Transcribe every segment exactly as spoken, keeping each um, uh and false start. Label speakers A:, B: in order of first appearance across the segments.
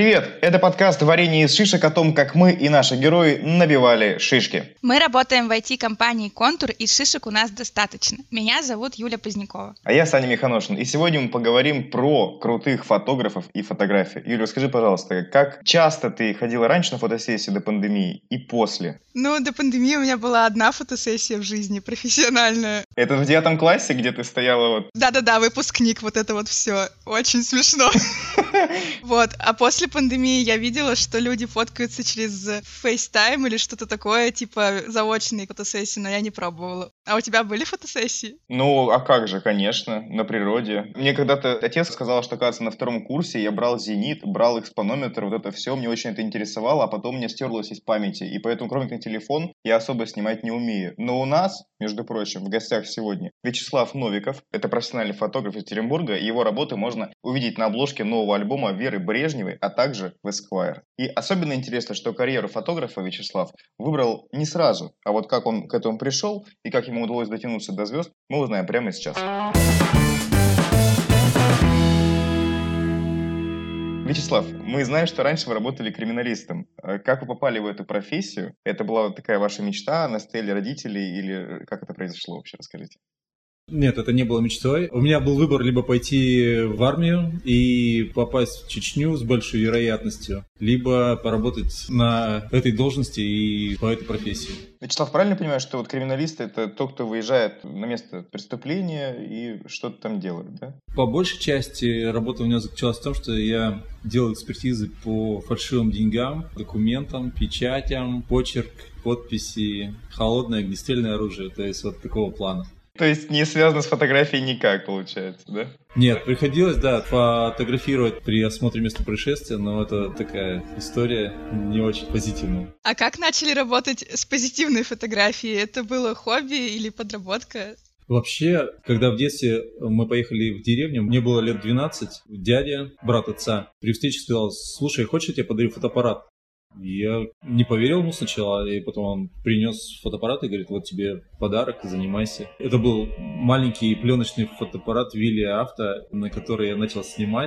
A: Привет! Это подкаст «Варенье из шишек» о том, как мы и наши герои набивали шишки.
B: Мы работаем в ай ти-компании «Контур», и шишек у нас достаточно. Меня зовут Юля Позднякова.
A: А я Саня Миханошин. И сегодня мы поговорим про крутых фотографов и фотографии. Юля, скажи, пожалуйста, как часто ты ходила раньше на фотосессии до пандемии и после?
B: Ну, до пандемии у меня была одна фотосессия в жизни, профессиональная.
A: Это в девятом классе, где ты стояла вот...
B: Да-да-да, выпускник, вот это вот все. Очень смешно. Вот, а после пандемии я видела, что люди фоткаются через FaceTime или что-то такое, типа заочные фотосессии, но я не пробовала. А у тебя были фотосессии?
A: Ну, а как же, конечно, на природе. Мне когда-то отец сказал, что, кажется, на втором курсе я брал зенит, брал экспонометр, вот это все, мне очень это интересовало, а потом мне стерлось из памяти. И поэтому, кроме как телефон, я особо снимать не умею. Но у нас, между прочим, в гостях сегодня Вячеслав Новиков, это профессиональный фотограф из Екатеринбурга, и его работы можно увидеть на обложке нового альбома Веры Брежневой, а также в Esquire. И особенно интересно, что карьеру фотографа Вячеслав выбрал не сразу, а вот как он к этому пришел и как ему удалось дотянуться до звезд, мы узнаем прямо сейчас. Вячеслав, мы знаем, что раньше вы работали криминалистом. Как вы попали в эту профессию? Это была такая ваша мечта, настояли родители или как это произошло вообще? Расскажите.
C: Нет, это не было мечтой. У меня был выбор либо пойти в армию и попасть в Чечню с большой вероятностью, либо поработать на этой должности и по этой профессии.
A: Вячеслав, правильно понимаю, что вот криминалист — это тот, кто выезжает на место преступления и что-то там делает, да?
C: По большей части работа у меня заключалась в том, что я делал экспертизы по фальшивым деньгам, документам, печатям, почерк, подписи, холодное огнестрельное оружие, то есть вот такого плана.
A: То есть не связано с фотографией никак, получается, да?
C: Нет, приходилось, да, фотографировать при осмотре места происшествия, но это такая история не очень позитивная.
B: А как начали работать с позитивной фотографией? Это было хобби или подработка?
C: Вообще, когда в детстве мы поехали в деревню, мне было лет двенадцать, дядя, брат отца, при встрече сказал: слушай, хочешь, я тебе подарю фотоаппарат? Я не поверил ему сначала, и потом он принес фотоаппарат и говорит: вот тебе подарок, занимайся. Это был маленький пленочный фотоаппарат Вилли Авто, на который я начал снимать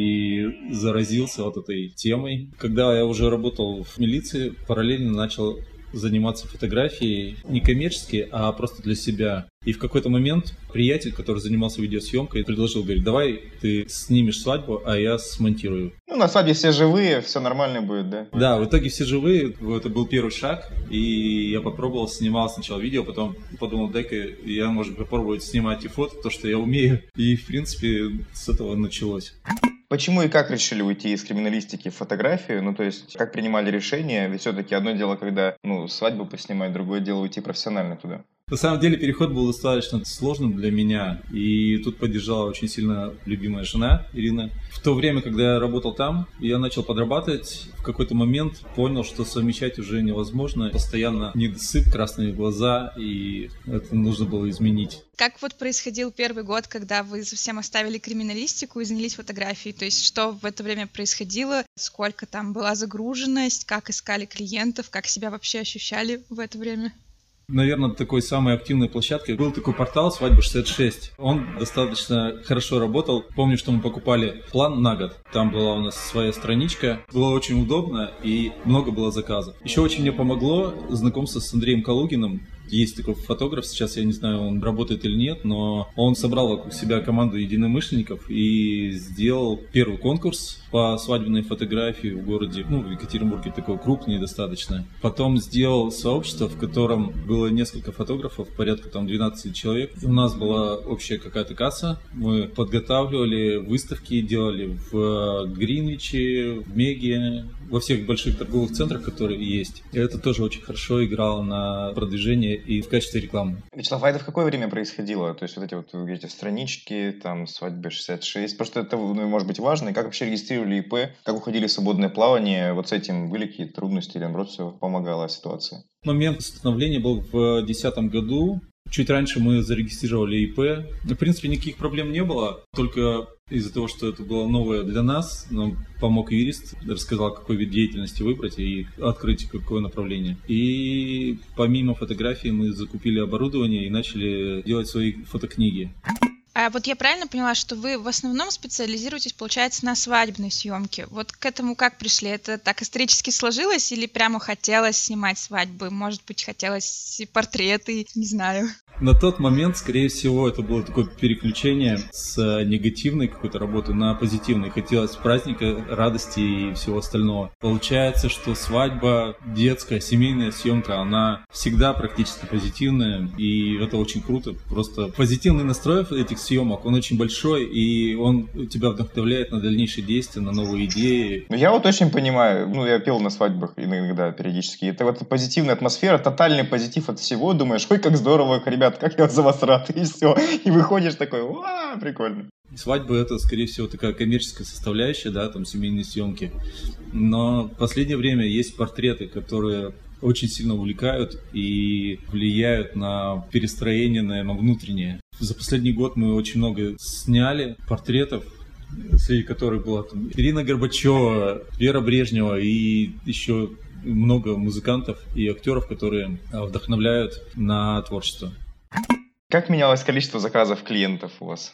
C: и заразился вот этой темой. Когда я уже работал в милиции, параллельно начал заниматься фотографией не коммерчески, а просто для себя. И в какой-то момент приятель, который занимался видеосъемкой, предложил, говорит: давай ты снимешь свадьбу, а я смонтирую.
A: Ну, на свадьбе все живые, все нормально будет, да?
C: Да, в итоге все живые, это был первый шаг, и я попробовал, снимал сначала видео, потом подумал, дай-ка я, может, попробовать снимать и фото, то, что я умею. И, в принципе, с этого началось.
A: Почему и как решили уйти из криминалистики в фотографию? Ну, то есть, как принимали решение? Ведь все-таки одно дело, когда, ну, свадьбу поснимать, другое дело уйти профессионально туда.
C: На самом деле переход был достаточно сложным для меня, и тут поддержала очень сильно любимая жена Ирина. В то время, когда я работал там, я начал подрабатывать. В какой-то момент понял, что совмещать уже невозможно. Постоянно недосып, красные глаза, и это нужно было изменить.
B: Как вот происходил первый год, когда вы совсем оставили криминалистику и занялись фотографией? То есть что в это время происходило? Сколько там была загруженность? Как искали клиентов? Как себя вообще ощущали в это время?
C: Наверное, такой самой активной площадкой был такой портал «Свадьба шестьдесят шесть». Он достаточно хорошо работал. Помню, что мы покупали план на год. Там была у нас своя страничка. Было очень удобно и много было заказов. Еще очень мне помогло знакомство с Андреем Калугиным. Есть такой фотограф, сейчас я не знаю, он работает или нет, но он собрал вокруг себя команду единомышленников и сделал первый конкурс по свадебной фотографии в городе, ну, в Екатеринбурге такой крупный достаточно. Потом сделал сообщество, в котором было несколько фотографов, порядка там двенадцать человек. У нас была общая какая-то касса, мы подготавливали выставки, делали в Гринвиче, в Меге, во всех больших торговых центрах, которые есть. И это тоже очень хорошо играло на продвижение и в качестве рекламы.
A: Вячеслав, а это в какое время происходило? То есть вот эти вот, вы говорите, странички, там, свадьба шестьдесят шесть. Просто это, ну, может быть, важно. И как вообще регистрировали ИП? Как уходили в свободное плавание? Вот с этим были какие-то трудности или, наоборот, все помогала ситуация?
C: Момент становления был в две тысячи десятом году. Чуть раньше мы зарегистрировали ИП. В принципе, никаких проблем не было. Только из-за того, что это было новое для нас, нам помог юрист, рассказал, какой вид деятельности выбрать и открыть какое направление. И помимо фотографий мы закупили оборудование и начали делать свои фотокниги.
B: А вот я правильно поняла, что вы в основном специализируетесь, получается, на свадебной съемке? Вот к этому как пришли? Это так исторически сложилось или прямо хотелось снимать свадьбы? Может быть, хотелось портреты? Не знаю.
C: На тот момент, скорее всего, это было такое переключение с негативной какой-то работы на позитивной. Хотелось праздника, радости и всего остального. Получается, что свадьба, детская, семейная съемка, она всегда практически позитивная, и это очень круто. Просто позитивный настрой этих съемок, он очень большой, и он тебя вдохновляет на дальнейшие действия, на новые идеи.
A: Ну, я вот очень понимаю, ну, я пел на свадьбах иногда периодически. Это вот позитивная атмосфера, тотальный позитив от всего. Думаешь, ой, как здорово, ребят, как я за вас рад, и все. И выходишь такой, ва, прикольно.
C: Свадьба — это, скорее всего, такая коммерческая составляющая, да, там семейные съемки. Но в последнее время есть портреты, которые очень сильно увлекают и влияют на перестроение, наверное, внутреннее. За последний год мы очень много сняли портретов, среди которых была там Ирина Горбачева, Вера Брежнева и еще много музыкантов и актеров, которые вдохновляют на творчество.
A: Как менялось количество заказов клиентов у вас?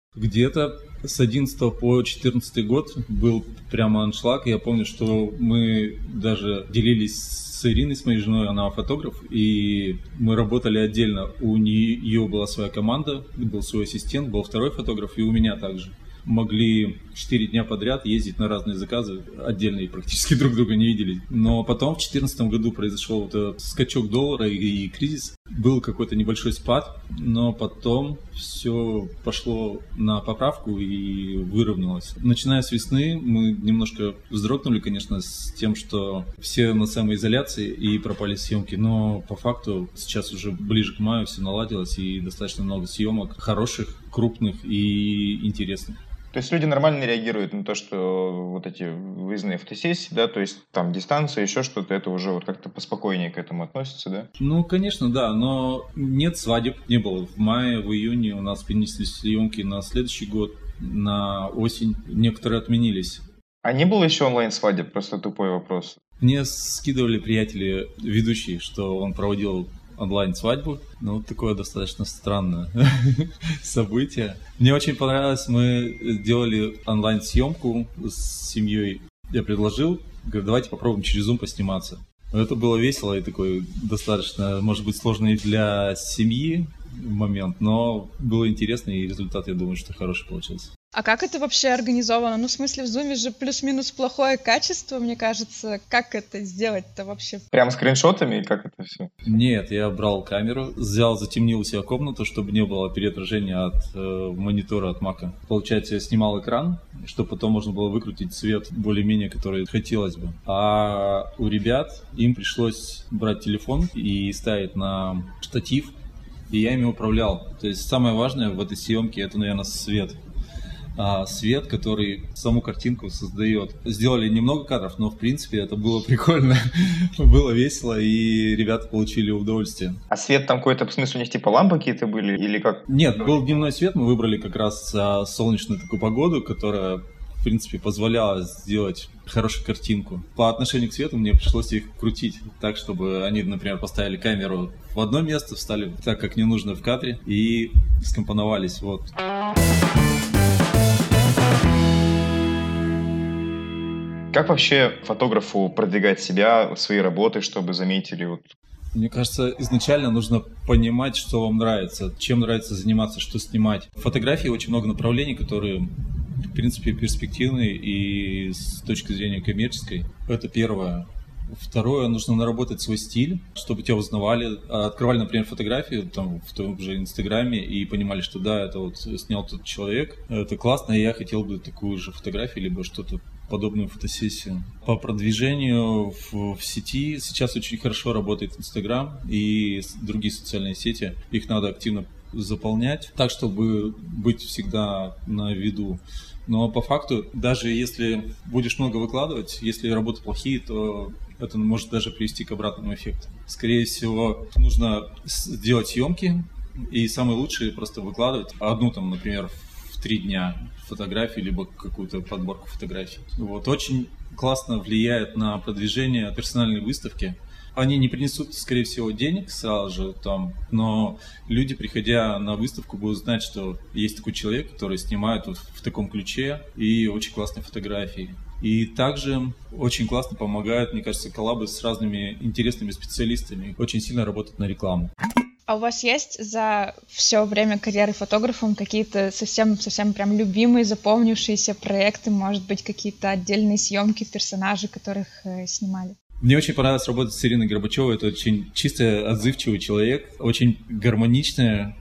C: Где-то с одиннадцатого по четырнадцатый год был прямо аншлаг. Я помню, что мы даже делились с Ириной, с моей женой, она фотограф, и мы работали отдельно. У нее была своя команда, был свой ассистент, был второй фотограф, и у меня также. Могли четыре дня подряд ездить на разные заказы, отдельно и практически друг друга не видели. Но потом в две тысячи четырнадцатом году произошел вот этот скачок доллара и, и кризис. Был какой-то небольшой спад, но потом все пошло на поправку и выровнялось. Начиная с весны мы немножко вздрогнули, конечно, с тем, что все на самоизоляции и пропали съемки. Но по факту сейчас уже ближе к маю все наладилось и достаточно много съемок хороших, крупных и интересных.
A: То есть люди нормально реагируют на то, что вот эти выездные фотосессии, да, то есть там дистанция, еще что-то, это уже вот как-то поспокойнее к этому относится, да?
C: Ну, конечно, да, но нет свадеб, не было. В мае, в июне у нас перенеслись съемки на следующий год, на осень, некоторые отменились.
A: А не было еще онлайн-свадеб? Просто тупой вопрос.
C: Мне скидывали приятели, ведущие, что он проводил онлайн-свадьбу. Ну, вот такое достаточно странное событие. Мне очень понравилось, мы делали онлайн-съемку с семьей. Я предложил, говорю, давайте попробуем через Zoom посниматься. Это было весело и такой достаточно, может быть, сложный для семьи момент, но было интересно, и результат, я думаю, что хороший получился.
B: А как это вообще организовано? Ну, в смысле, в Zoom же плюс-минус плохое качество, мне кажется. Как это сделать-то вообще?
A: Прям скриншотами? Как это все?
C: Нет, я брал камеру, взял, затемнил у себя комнату, чтобы не было переотражения от э, монитора, от мака. Получается, я снимал экран, чтобы потом можно было выкрутить цвет более-менее, который хотелось бы. А у ребят, им пришлось брать телефон и ставить на штатив, и я ими управлял. То есть самое важное в этой съемке — это, наверное, свет. А свет, который саму картинку создает. Сделали немного кадров, но в принципе это было прикольно, было весело, и ребята получили удовольствие.
A: А свет там какой-то, в смысле, у них типа лампы какие-то были или как?
C: Нет, был дневной свет, мы выбрали как раз солнечную такую погоду, которая, в принципе, позволяла сделать хорошую картинку. По отношению к свету мне пришлось их крутить так, чтобы они, например, поставили камеру в одно место, встали так, как не нужно в кадре, и скомпоновались. Вот.
A: Как вообще фотографу продвигать себя, свои работы, чтобы заметили? Вот?
C: Мне кажется, изначально нужно понимать, что вам нравится, чем нравится заниматься, что снимать. В фотографии очень много направлений, которые, в принципе, перспективные и с точки зрения коммерческой. Это первое. Второе, нужно наработать свой стиль, чтобы тебя узнавали. Открывали, например, фотографию там, в том же Инстаграме и понимали, что да, это вот снял тот человек. Это классно, и я хотел бы такую же фотографию, либо что-то подобную фотосессию. По продвижению в, в сети сейчас очень хорошо работает Инстаграм и другие социальные сети. Их надо активно заполнять, так, чтобы быть всегда на виду. Но по факту, даже если будешь много выкладывать, если работы плохие, то это может даже привести к обратному эффекту. Скорее всего, нужно сделать съемки, и самое лучшее просто выкладывать одну, там, например, в три дня фотографию, либо какую-то подборку фотографий. Вот. Очень классно влияет на продвижение персональной выставки. Они не принесут, скорее всего, денег сразу же там, но люди, приходя на выставку, будут знать, что есть такой человек, который снимает вот в таком ключе и очень классные фотографии. И также очень классно помогают, мне кажется, коллабы с разными интересными специалистами. Очень сильно работают на рекламу.
B: А у вас есть за все время карьеры фотографом какие-то совсем-совсем прям любимые, запомнившиеся проекты, может быть, какие-то отдельные съемки персонажей, которых э, снимали?
C: Мне очень понравилось работать с Ириной Горбачевой. Это очень чистый, отзывчивый человек, очень гармоничная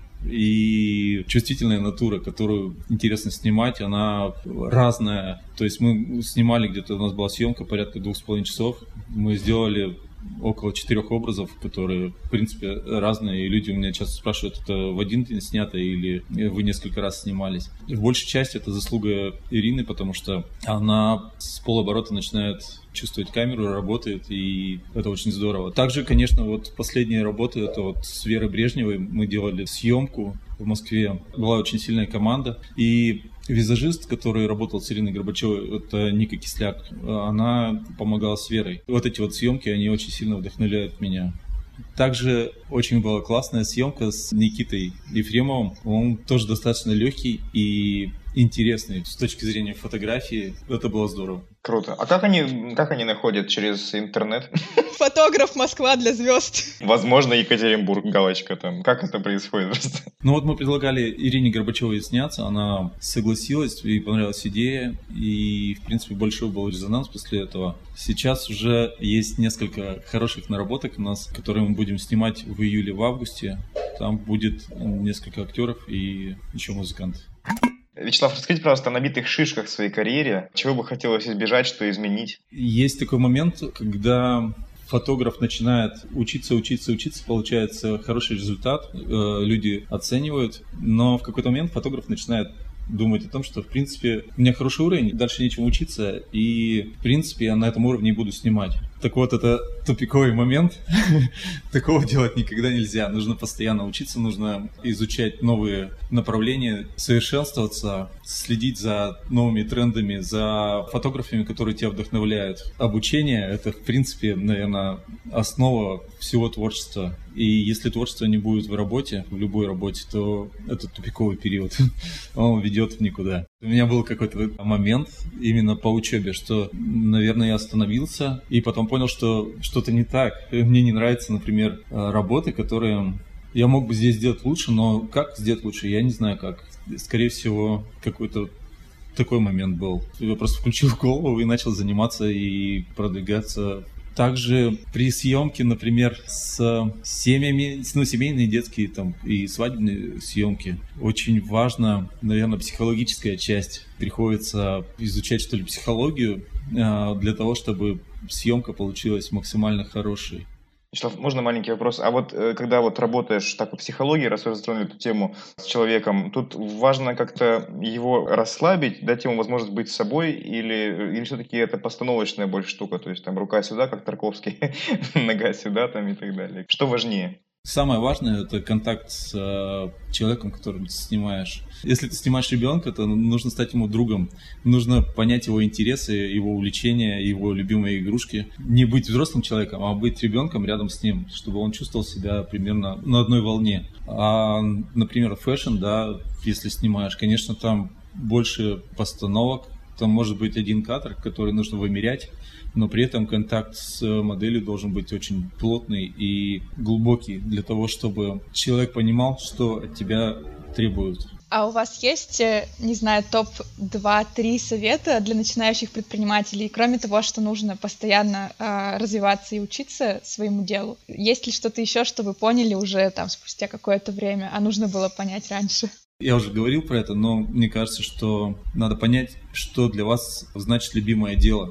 C: и чувствительная натура, которую интересно снимать. Она разная. То есть мы снимали где-то, у нас была съемка порядка двух с половиной часов. Мы сделали около четырех образов, которые, в принципе, разные. И люди у меня часто спрашивают, это в один день снято или вы несколько раз снимались. И в большей части это заслуга Ирины, потому что она с полоборота начинает чувствовать камеру, работает, и это очень здорово. Также, конечно, вот последние работы, это вот с Верой Брежневой мы делали съемку в Москве. Была очень сильная команда, и визажист, который работал с Ириной Горбачевой, это Ника Кисляк, она помогала с Верой. Вот эти вот съемки, они очень сильно вдохновляют меня. Также очень была классная съемка с Никитой Ефремовым. Он тоже достаточно легкий и интересный с точки зрения фотографии. Это было здорово.
A: Круто. А как они, как они находят через интернет?
B: Фотограф Москва для звезд.
A: Возможно, Екатеринбург, галочка там. Как это происходит просто?
C: Ну вот мы предлагали Ирине Горбачевой сняться, она согласилась, ей понравилась идея, и, в принципе, большой был резонанс после этого. Сейчас уже есть несколько хороших наработок у нас, которые мы будем снимать в июле, в августе. Там будет несколько актеров и еще музыканты.
A: Вячеслав, расскажите, пожалуйста, о набитых шишках в своей карьере. Чего бы хотелось избежать, что изменить?
C: Есть такой момент, когда фотограф начинает учиться, учиться, учиться, получается хороший результат, люди оценивают, но в какой-то момент фотограф начинает думать о том, что, в принципе, у меня хороший уровень, дальше нечему учиться, и, в принципе, я на этом уровне буду снимать. Так вот, это тупиковый момент. Такого делать никогда нельзя. Нужно постоянно учиться, нужно изучать новые направления, совершенствоваться, следить за новыми трендами, за фотографами, которые тебя вдохновляют. Обучение — это, в принципе, наверное, основа всего творчества. И если творчество не будет в работе, в любой работе, то это тупиковый период. Он ведет в никуда. У меня был какой-то момент именно по учебе, что, наверное, я остановился и потом понял, что что-то не так. Мне не нравятся, например, работы, которые я мог бы здесь сделать лучше, но как сделать лучше, я не знаю как. Скорее всего, какой-то такой момент был. Я просто включил голову и начал заниматься и продвигаться. Также при съемке, например, с семьями, ну, семейные, детские там, и свадебные съемки, очень важна, наверное, психологическая часть. Приходится изучать, что ли, психологию для того, чтобы съемка получилась максимально хорошей.
A: Вячеслав, можно маленький вопрос? А вот э, когда вот работаешь так в психологии, раз вы затронули эту тему с человеком, тут важно как-то его расслабить, дать ему возможность быть собой, или, или все-таки это постановочная больше штука, то есть там рука сюда, как Тарковский, нога сюда там и так далее. Что важнее?
C: Самое важное — это контакт с э, человеком, которым ты снимаешь. Если ты снимаешь ребенка, то нужно стать ему другом. Нужно понять его интересы, его увлечения, его любимые игрушки. Не быть взрослым человеком, а быть ребенком рядом с ним, чтобы он чувствовал себя примерно на одной волне. А, например, фэшн, да, если снимаешь, конечно, там больше постановок. Там может быть один кадр, который нужно вымерять, но при этом контакт с моделью должен быть очень плотный и глубокий для того, чтобы человек понимал, что от тебя требуют.
B: А у вас есть, не знаю, топ два-три совета для начинающих предпринимателей, кроме того, что нужно постоянно э, развиваться и учиться своему делу? Есть ли что-то еще, что вы поняли уже там спустя какое-то время, а нужно было понять раньше?
C: Я уже говорил про это, но мне кажется, что надо понять, что для вас значит любимое дело.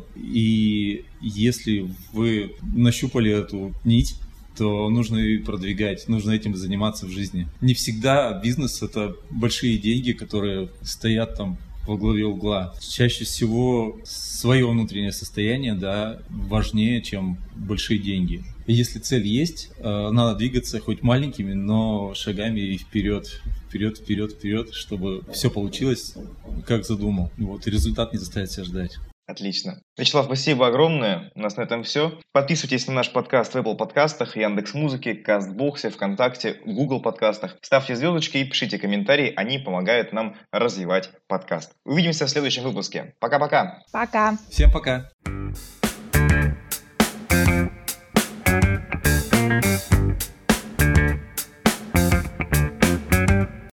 C: И если вы нащупали эту нить, то нужно ее продвигать, нужно этим заниматься в жизни. Не всегда бизнес — это большие деньги, которые стоят там во главе угла. Чаще всего свое внутреннее состояние, да, важнее, чем большие деньги. И если цель есть, надо двигаться хоть маленькими, но шагами и вперед, вперед, вперед, вперед, чтобы все получилось, как задумал. Вот, и результат не заставит себя ждать.
A: Отлично. Вячеслав, спасибо огромное. У нас на этом все. Подписывайтесь на наш подкаст в Apple подкастах, Яндекс.Музыке, Кастбоксе, ВКонтакте, Google подкастах. Ставьте звездочки и пишите комментарии, они помогают нам развивать подкаст. Увидимся в следующем выпуске. Пока-пока.
B: Пока.
C: Всем пока.